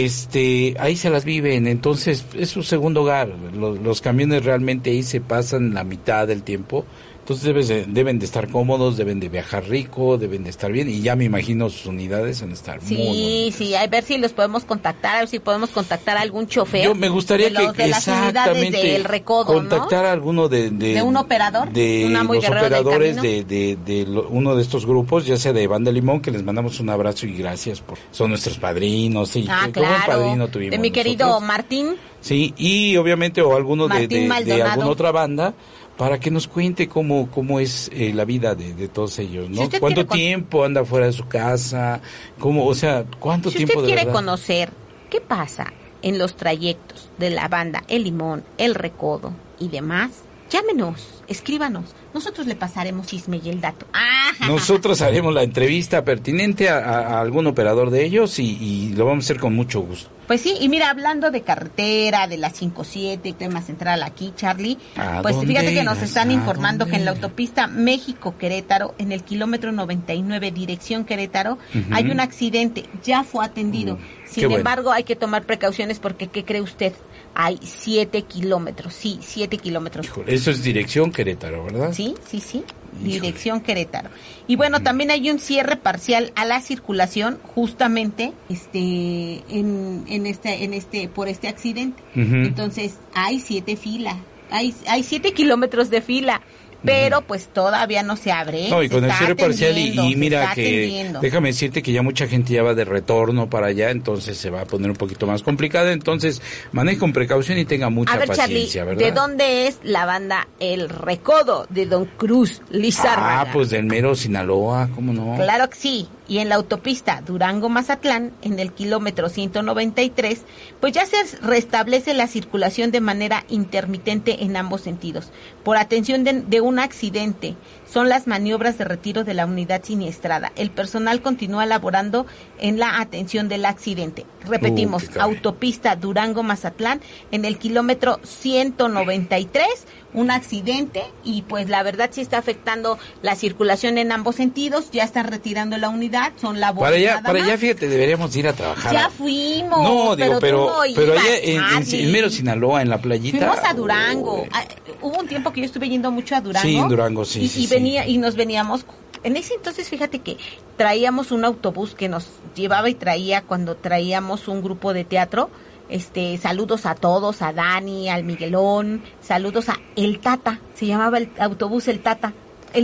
Ahí se las viven, entonces es su segundo hogar. Los camiones realmente ahí se pasan la mitad del tiempo. Entonces deben de estar cómodos, deben de viajar rico, deben de estar bien, y ya me imagino sus unidades van a estar muy bonitas. Sí, a ver si los podemos contactar, a ver si podemos contactar a algún chofer. Yo me gustaría de las unidades del Recodo, contactar a alguno de un operador, de los operadores de uno de estos grupos, ya sea de Banda Limón, que les mandamos un abrazo y gracias son nuestros padrinos. Sí, claro, buen padrino tuvimos de mi querido nosotros. Martín. Sí, y obviamente o alguno de alguna otra banda, para que nos cuente cómo es la vida de todos ellos, ¿no? Si ¿Cuánto tiempo anda fuera de su casa? ¿Cómo, o sea, cuánto tiempo de verdad? Si usted quiere conocer qué pasa en los trayectos de la banda El Limón, El Recodo y demás, llámenos, escríbanos. Nosotros le pasaremos chisme y el dato. Nosotros haremos la entrevista pertinente a algún operador de ellos y lo vamos a hacer con mucho gusto. Pues sí, y mira, hablando de carretera, de la 57, tema central aquí, Charlie, pues fíjate que nos están informando que en la autopista México-Querétaro, en el kilómetro 99, dirección Querétaro, hay un accidente, ya fue atendido. Sin embargo, hay que tomar precauciones porque, ¿qué cree usted? Hay 7 kilómetros, sí, 7 kilómetros. Híjole, eso es dirección Querétaro, ¿verdad? Sí, dirección Querétaro. Y bueno, también hay un cierre parcial a la circulación justamente por este accidente. Entonces, hay 7 filas, hay 7 kilómetros de fila. Pero pues todavía no se abre. No, y con el cierre parcial y mira que déjame decirte que ya mucha gente ya va de retorno para allá, entonces se va a poner un poquito más complicada, entonces maneje con precaución y tenga mucha paciencia, Charlie, ¿verdad? ¿de dónde es la banda El Recodo de Don Cruz Lizárraga? Pues del mero Sinaloa, ¿cómo no? Claro que sí. Y en la autopista Durango-Mazatlán, en el kilómetro 193, pues ya se restablece la circulación de manera intermitente en ambos sentidos. Por atención de un accidente, son las maniobras de retiro de la unidad siniestrada. El personal continúa laborando en la atención del accidente. Repetimos, autopista Durango-Mazatlán, en el kilómetro 193, un accidente y pues la verdad sí está afectando la circulación en ambos sentidos. Ya están retirando la unidad, son labores para allá, fíjate, deberíamos ir a trabajar. Ya fuimos. No, digo, pero allá en mero Sinaloa, en la playita. Fuimos a Durango. Hubo un tiempo que yo estuve yendo mucho a Durango. Sí, en Durango, sí. Y nos veníamos. En ese entonces, fíjate que traíamos un autobús que nos llevaba y traía cuando traíamos un grupo de teatro. Saludos a todos, a Dani, al Miguelón, saludos a El Tata, se llamaba el autobús El Tata.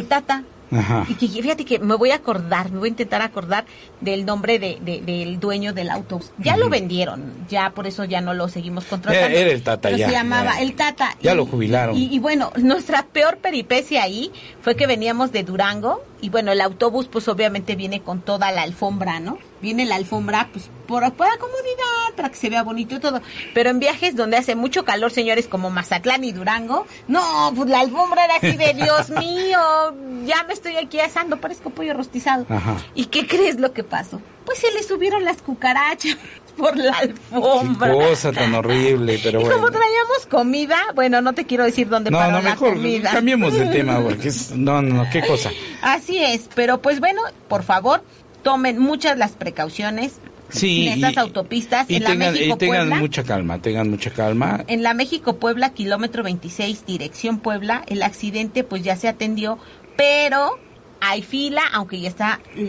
Ajá. Y que fíjate que me voy a intentar acordar del nombre del dueño del autobús. Ya lo vendieron, ya por eso ya no lo seguimos contratando. Era El Tata, pero se llamaba El Tata. Ya lo jubilaron. Y bueno, nuestra peor peripecia ahí fue que veníamos de Durango y bueno, el autobús pues obviamente viene con toda la alfombra, ¿no? Viene la alfombra pues por comodidad, para que se vea bonito y todo. Pero en viajes donde hace mucho calor, señores, como Mazatlán y Durango, no, pues la alfombra era así de Dios mío, ya me estoy aquí asando, parezco pollo rostizado. Ajá. ¿Y qué crees lo que pasó? Pues se le subieron las cucarachas por la alfombra. Qué cosa tan horrible, pero bueno. Y como traíamos comida, bueno, no te quiero decir dónde paró la comida. Cambiemos de tema, porque qué cosa. Así es, pero pues bueno, por favor, tomen muchas las precauciones. Sí, en estas autopistas, y tengan mucha calma. En la México-Puebla, kilómetro 26, dirección Puebla, el accidente pues ya se atendió, pero hay fila, aunque ya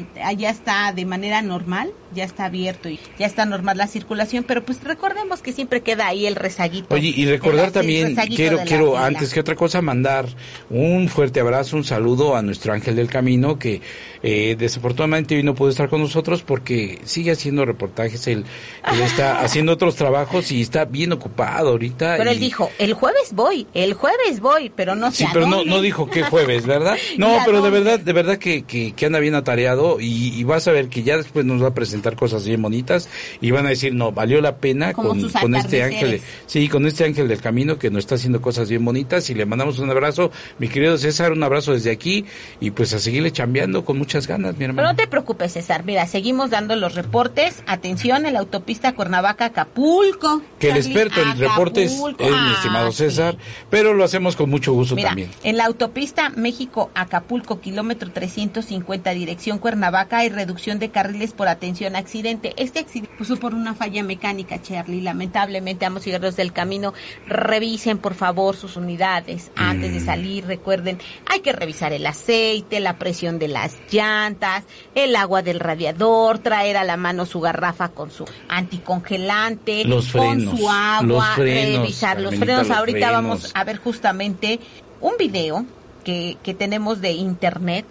está de manera normal, ya está abierto y ya está normal la circulación, pero pues recordemos que siempre queda ahí el rezaguito. Oye, y recordar también, quiero antes que otra cosa mandar un fuerte abrazo, un saludo a nuestro ángel del camino que desafortunadamente hoy no pudo estar con nosotros porque sigue haciendo reportajes, él está haciendo otros trabajos y está bien ocupado ahorita. Pero él dijo, el jueves voy, pero no sé. Sí, pero no dijo qué jueves, ¿verdad? No, pero de verdad que anda bien atareado y vas a ver que ya después nos va a presentar cosas bien bonitas y van a decir, no, valió la pena con este ángel, con este ángel del camino que nos está haciendo cosas bien bonitas y le mandamos un abrazo, mi querido César, un abrazo desde aquí y pues a seguirle chambeando con muchas ganas, mi hermano. Pero no te preocupes, César, mira, seguimos dando los reportes, atención, en la autopista Cuernavaca-Acapulco. Que el experto en reportes es mi estimado César, pero lo hacemos con mucho gusto también. En la autopista México-Acapulco, kilómetro 350, dirección Cuernavaca, hay reducción de carriles por atención a accidente. Este accidente puso por una falla mecánica, Charlie. Lamentablemente, ambos cigarros del camino, revisen por favor sus unidades antes de salir. Recuerden, hay que revisar el aceite, la presión de las llantas, el agua del radiador, traer a la mano su garrafa con su anticongelante, los frenos, con su agua, revisar los frenos. Ahorita vamos a ver justamente un video que tenemos de internet,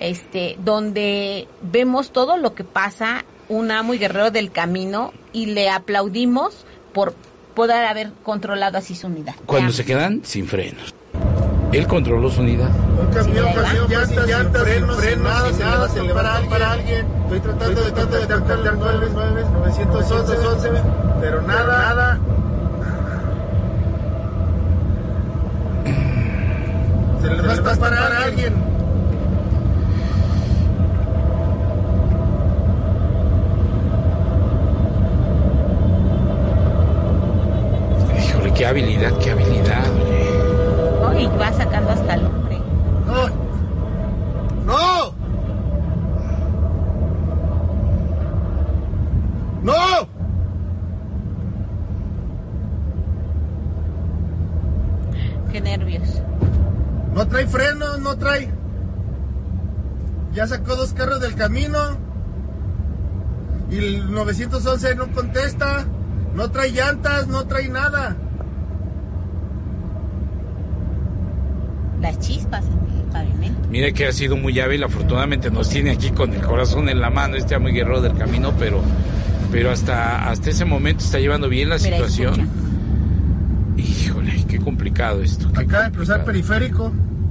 donde vemos todo lo que pasa un amo y guerrero del camino y le aplaudimos por poder haber controlado así su unidad. Cuando se quedan sin frenos. Él controló su unidad. Un camión, llantas, frenos, nada, se le va para alguien. Estoy tratando de contactar 911, pero nada. Se le va a pasar a alguien. Híjole, qué habilidad, oye. Y va sacando hasta el hombre. ¡No! Qué nervios. No trae frenos, no trae. Ya sacó 2 carros del camino. Y el 911 no contesta. No trae llantas, no trae nada. Las chispas en el pavimento. Mire que ha sido muy hábil, afortunadamente nos tiene aquí con el corazón en la mano, muy guerrero del camino, pero hasta ese momento está llevando bien la situación. Escucha. Híjole, qué complicado esto. Acaba de cruzar periférico.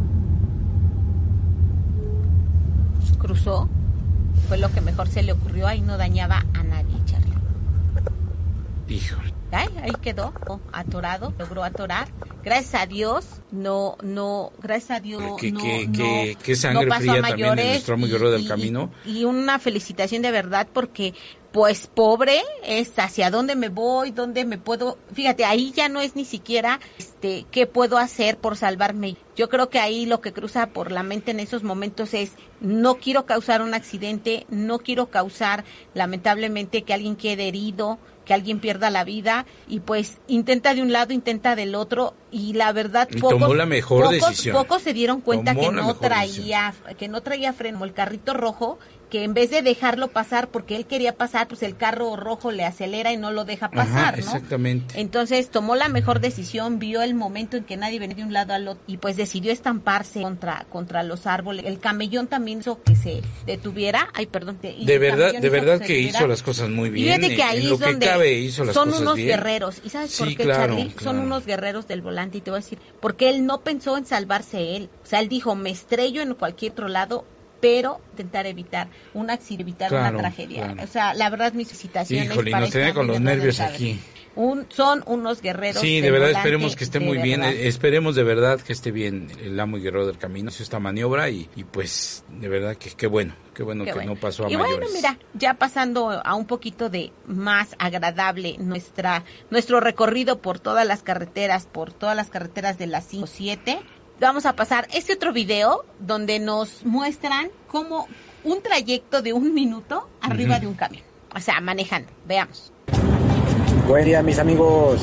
Cruzó, fue lo que mejor se le ocurrió, ahí no dañaba a nadie, Charlie. Híjole. Ahí quedó, atorado, logró atorar. Gracias a Dios, gracias a Dios, qué sangre no pasó fría a mayores, también en nuestro amigo del camino. Y una felicitación de verdad, porque, pues, pobre, es hacia dónde me voy, dónde me puedo, fíjate, ahí ya no es ni siquiera, qué puedo hacer por salvarme. Yo creo que ahí lo que cruza por la mente en esos momentos es, no quiero causar un accidente, no quiero causar, lamentablemente, que alguien quede herido, que alguien pierda la vida, y pues intenta de un lado, intenta del otro, y la verdad tomó la mejor decisión. Pocos se dieron cuenta que no traía freno, el carrito rojo, que en vez de dejarlo pasar porque él quería pasar, pues el carro rojo le acelera y no lo deja pasar, ¿no? Exactamente. Entonces tomó la mejor decisión, vio el momento en que nadie venía de un lado al otro y pues decidió estamparse contra los árboles. El camellón también hizo que se detuviera. Ay, perdón. De verdad que hizo las cosas muy bien. Y fíjate que ahí en lo es que donde cabe hizo las son cosas unos bien. guerreros. ¿Y sabes por qué, claro, Charlie? Son unos guerreros del volante, y te voy a decir, porque él no pensó en salvarse él. O sea, él dijo, me estrello en cualquier otro lado, pero intentar evitar una tragedia. Claro. O sea, la verdad, mis felicitaciones. Híjole, nos tenía con los nervios aquí. Son unos guerreros. Sí, de verdad esperemos que esté muy bien. Esperemos de verdad que esté bien el amo y guerrero del camino. Hizo esta maniobra y pues de verdad que qué bueno que no pasó a mayores. Y bueno, mira, ya pasando a un poquito de más agradable nuestro recorrido por todas las carreteras de la 5-7. Vamos a pasar este otro video donde nos muestran como un trayecto de 1 minuto arriba de un camión. O sea, manejando. Veamos. Buen día, mis amigos.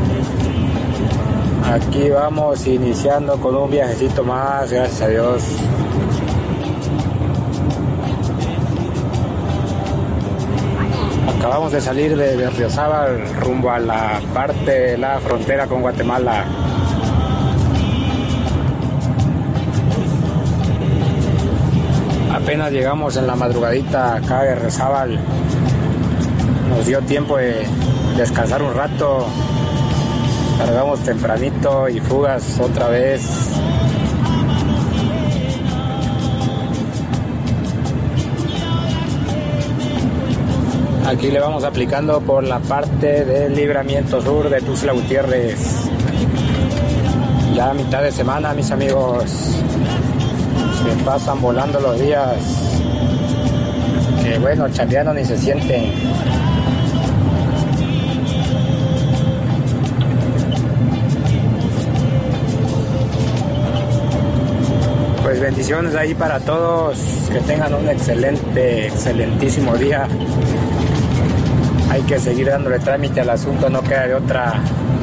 Aquí vamos iniciando con un viajecito más, gracias a Dios. Acabamos de salir de Berriozábal rumbo a la parte de la frontera con Guatemala. Apenas llegamos en la madrugadita acá de Berriozábal. Nos dio tiempo de descansar un rato. Cargamos tempranito y fugas otra vez. Aquí le vamos aplicando por la parte del libramiento sur de Tuxtla Gutiérrez. Ya a mitad de semana, mis amigos. Se pasan volando los días. Que bueno, chambeando ni se sienten. Pues bendiciones ahí para todos. Que tengan un excelentísimo día. Hay que seguir dándole trámite al asunto, no queda de otra.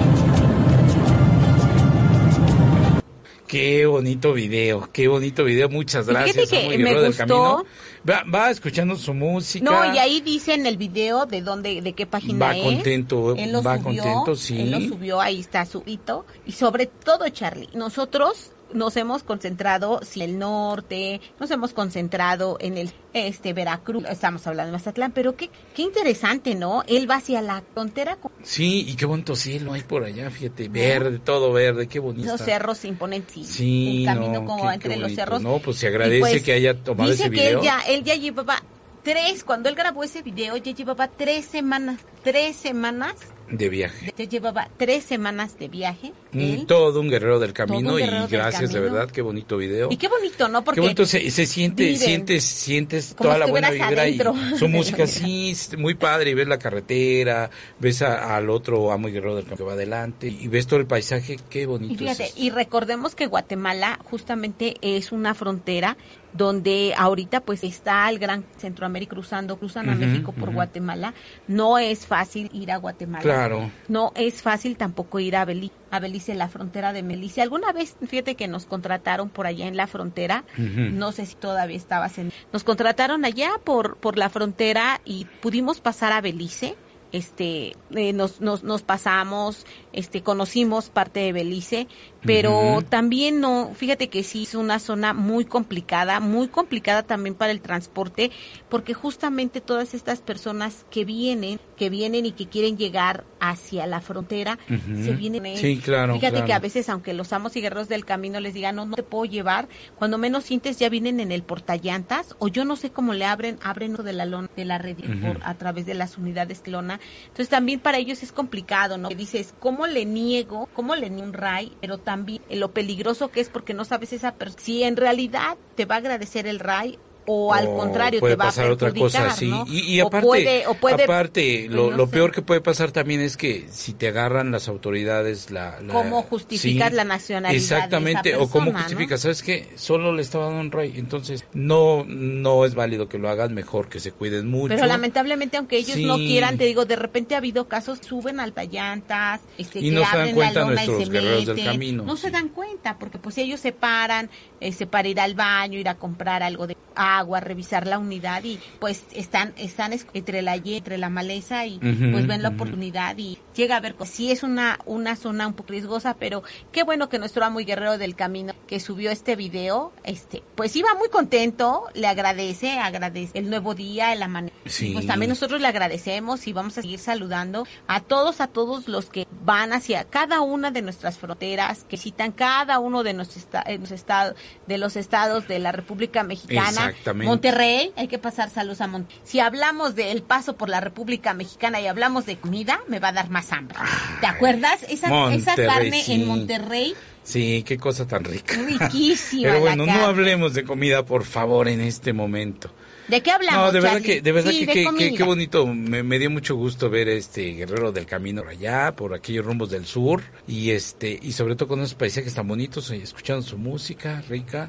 Qué bonito video, muchas gracias. Fíjate que me gustó. Va escuchando su música. No, y ahí dice en el video de qué página es. Contento, contento, sí. Él lo subió, ahí está su hito. Y sobre todo, Charlie, nosotros nos hemos concentrado en el norte, nos hemos concentrado en el Veracruz, estamos hablando de Mazatlán, pero qué interesante, ¿no? Él va hacia la frontera. Sí, y qué bonito cielo hay por allá, fíjate, verde, todo verde, qué bonito. Los cerros imponentes, sí, el camino como entre los cerros. No, pues se agradece pues, que haya tomado ese video. Dice que él ya llevaba cuando él grabó ese video, ya llevaba 3 semanas de viaje. Ya llevaba 3 semanas de viaje. Todo un guerrero del camino y gracias, de verdad, qué bonito video. Y qué bonito, ¿no? Porque qué bonito se siente, sientes toda la buena vibra y su música sí, muy padre, y ves la carretera, ves al otro amo y guerrero del camino que va adelante y ves todo el paisaje, qué bonito. Y fíjate, y recordemos que Guatemala justamente es una frontera donde ahorita pues está el Gran Centroamérica cruzan a México por Guatemala. No es fácil ir a Guatemala. Claro. No es fácil tampoco ir a Belice, la frontera de Belice. Alguna vez, fíjate que nos contrataron por allá en la frontera, no sé si todavía estabas nos contrataron allá por la frontera y pudimos pasar a Belice. Nos pasamos, conocimos parte de Belice, pero también fíjate que sí es una zona muy complicada también para el transporte, porque justamente todas estas personas que vienen y que quieren llegar hacia la frontera, se vienen. Sí, claro. Fíjate que a veces, aunque los amos y guerreros del camino les digan, no te puedo llevar, cuando menos sientes ya vienen en el portallantas, o yo no sé cómo le abren de la lona, de la red, a través de las unidades lona. Entonces también para ellos es complicado, ¿no? Dices, ¿cómo le niego un RAI? Pero también lo peligroso que es, porque no sabes si en realidad te va a agradecer el RAI o al contrario te va a perjudicar, otra cosa, sí. ¿no? Y aparte, lo peor que puede pasar también es que si te agarran las autoridades ¿cómo justificas la nacionalidad? Exactamente, de esa persona, o cómo justificas, ¿no? ¿Sabes qué? Solo le estaba dando un RAI, entonces no es válido que lo hagan, mejor que se cuiden mucho. Pero lamentablemente, aunque ellos no quieran, te digo, de repente ha habido casos, suben altallantas, y no se dan cuenta nuestros guerreros del camino. No se dan cuenta, porque pues ellos se paran para ir al baño, ir a comprar algo de agua, revisar la unidad, y pues están entre la maleza y pues ven la oportunidad y llega a ver, sí es una zona un poco riesgosa, pero qué bueno que nuestro amo y guerrero del camino que subió este video, pues iba muy contento, le agradece el nuevo día, el amanecer. Sí. Pues también nosotros le agradecemos y vamos a seguir saludando a todos los que van hacia cada una de nuestras fronteras, que visitan cada uno de los estados de la República Mexicana. Exactamente. Monterrey, hay que pasar saludos a Monterrey. Si hablamos del paso por la República Mexicana y hablamos de comida, me va a dar más hambre. ¿Te acuerdas? Esa carne en Monterrey. Sí, qué cosa tan rica. Riquísima. Pero bueno, no hablemos de comida, por favor, en este momento. ¿De qué hablamos? No, de verdad sí, que qué bonito, me dio mucho gusto ver guerrero del camino allá, por aquellos rumbos del sur, y sobre todo con esos paisajes tan bonitos, escuchando su música rica,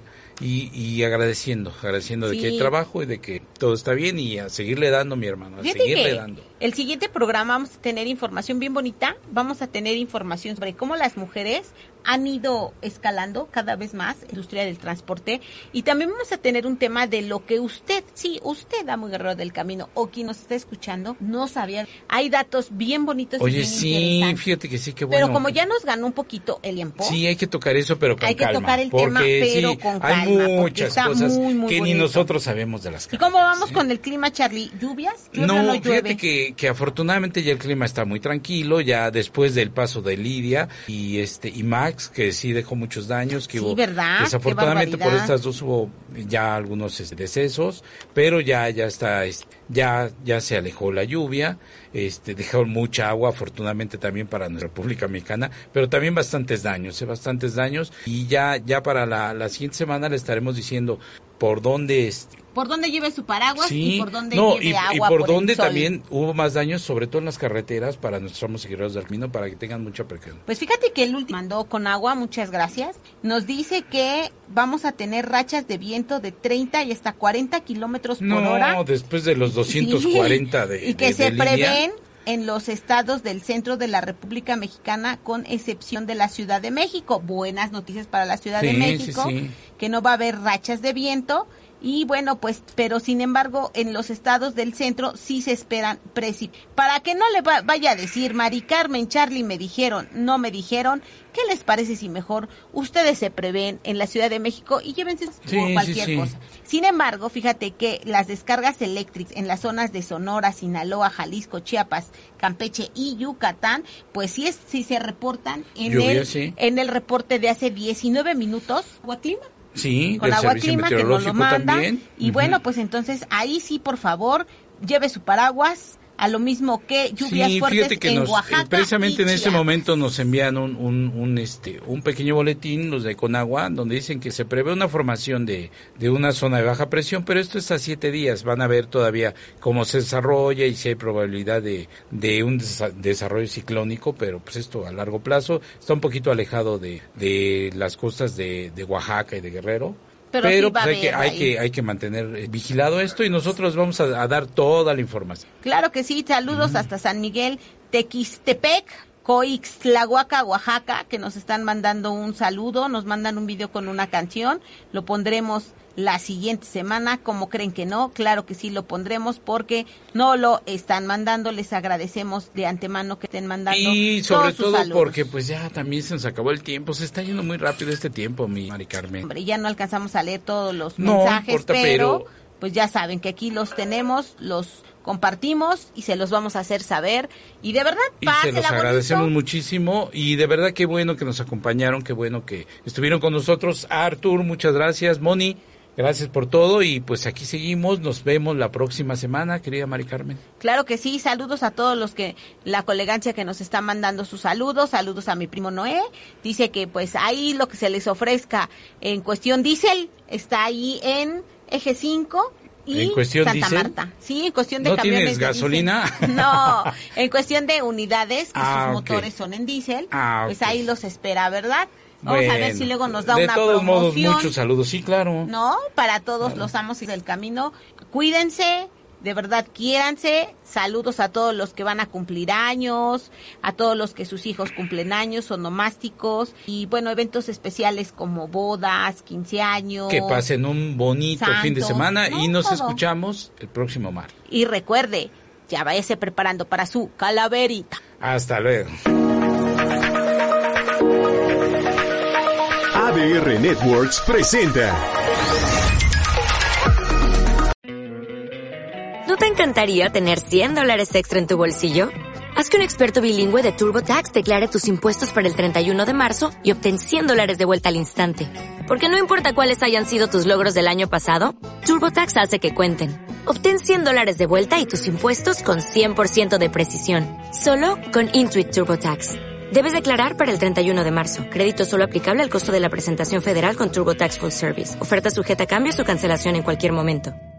y agradeciendo de que hay trabajo y de que todo está bien, y a seguirle dando, mi hermano, a seguirle dando. El siguiente programa vamos a tener información bien bonita, vamos a tener información sobre cómo las mujeres han ido escalando cada vez más la industria del transporte, y también vamos a tener un tema de lo que usted, amo guerrero del camino, o quien nos está escuchando, no sabía. Hay datos bien bonitos. Oye, y bien interesantes. Fíjate que sí, qué bueno. Pero como ya nos ganó un poquito el tiempo. Sí, hay que tocar eso, pero con calma. Hay que tocar el tema, pero con calma. Hay muchas cosas muy, muy que bonito. ni nosotros sabemos de las cosas. ¿Y cómo vamos con el clima, Charlie? ¿Lluvias? No, fíjate que afortunadamente ya el clima está muy tranquilo, ya después del paso de Lidia y Max, que sí dejó muchos daños, que hubo, ¿verdad? Desafortunadamente por estas dos hubo ya algunos decesos, pero ya está, ya se alejó la lluvia, dejaron mucha agua, afortunadamente también para nuestra República Mexicana, pero también bastantes daños, y ya para la siguiente semana le estaremos diciendo por dónde lleve su paraguas y por dónde lleve agua. Y por dónde también hubo más daños, sobre todo en las carreteras, para nuestros amos y guerreros del camino, para que tengan mucha precaución. Pues fíjate que el último mandó con agua, muchas gracias. Nos dice que vamos a tener rachas de viento de 30 y hasta 40 kilómetros por hora. No, después de los 240 y que se prevén en los estados del centro de la República Mexicana, con excepción de la Ciudad de México. Buenas noticias para la Ciudad de México, que no va a haber rachas de viento. y bueno, pues, pero sin embargo, en los estados del centro sí se esperan para que no le vaya a decir, Mari Carmen, Charlie me dijeron, no me dijeron, ¿qué les parece si mejor ustedes se prevén en la Ciudad de México y llévense cualquier cosa? Sin embargo, fíjate que las descargas eléctricas en las zonas de Sonora, Sinaloa, Jalisco, Chiapas, Campeche y Yucatán, pues sí se reportan en el reporte de hace 19 minutos. ¿Agua Clima? Sí, con Agua Clima que nos lo manda. También. Y bueno, pues entonces ahí sí, por favor, lleve su paraguas. A lo mismo que lluvias fuertes que en Oaxaca. Precisamente en este momento nos envían un pequeño boletín, los de Conagua, donde dicen que se prevé una formación de una zona de baja presión, pero esto es a 7 días. Van a ver todavía cómo se desarrolla y si hay probabilidad de un desarrollo ciclónico, pero pues esto a largo plazo está un poquito alejado de las costas de Oaxaca y de Guerrero. Pero sí pues hay que mantener vigilado esto y nosotros vamos a dar toda la información. Claro que sí, saludos hasta San Miguel, Tequistepec, Coixtlahuaca, Oaxaca, que nos están mandando un saludo, nos mandan un video con una canción, lo pondremos la siguiente semana. ¿Cómo creen que no? Claro que sí lo pondremos porque no lo están mandando. Les agradecemos de antemano que estén mandando y sobre todo porque pues ya también se nos acabó el tiempo, se está yendo muy rápido este tiempo, mi Mari Carmen. Hombre, ya no alcanzamos a leer todos los mensajes, pero pues ya saben que aquí los tenemos, los compartimos y se los vamos a hacer saber y de verdad se los agradecemos muchísimo y de verdad qué bueno que nos acompañaron, qué bueno que estuvieron con nosotros. Artur, muchas gracias. Moni, gracias por todo y pues aquí seguimos, nos vemos la próxima semana, querida Mari Carmen. Claro que sí, saludos a todos los que, la colegancia que nos está mandando sus saludos a mi primo Noé, dice que pues ahí lo que se les ofrezca en cuestión diésel está ahí en Eje 5 y en cuestión Santa diésel. Marta. Sí, en cuestión de ¿No camiones tienes gasolina? No, en cuestión de unidades que sus motores son en diésel, pues ahí los espera, ¿verdad? Vamos a ver si luego nos da una promoción. De todos modos, muchos saludos, sí, claro. No, para todos los amos del camino. Cuídense, de verdad, quiéranse. Saludos a todos los que van a cumplir años, a todos los que sus hijos cumplen años, onomásticos. Y bueno, eventos especiales como bodas, 15 años. Que pasen un bonito fin de semana y nos escuchamos el próximo martes. Y recuerde, ya váyase preparando para su calaverita. Hasta luego. ADR Networks presenta. ¿No te encantaría tener $100 extra en tu bolsillo? Haz que un experto bilingüe de TurboTax declare tus impuestos para el 31 de marzo y obtén $100 de vuelta al instante. Porque no importa cuáles hayan sido tus logros del año pasado, TurboTax hace que cuenten. Obtén $100 de vuelta y tus impuestos con 100% de precisión. Solo con Intuit TurboTax. Debes declarar para el 31 de marzo. Crédito solo aplicable al costo de la presentación federal con TurboTax Full Service. Oferta sujeta a cambios o cancelación en cualquier momento.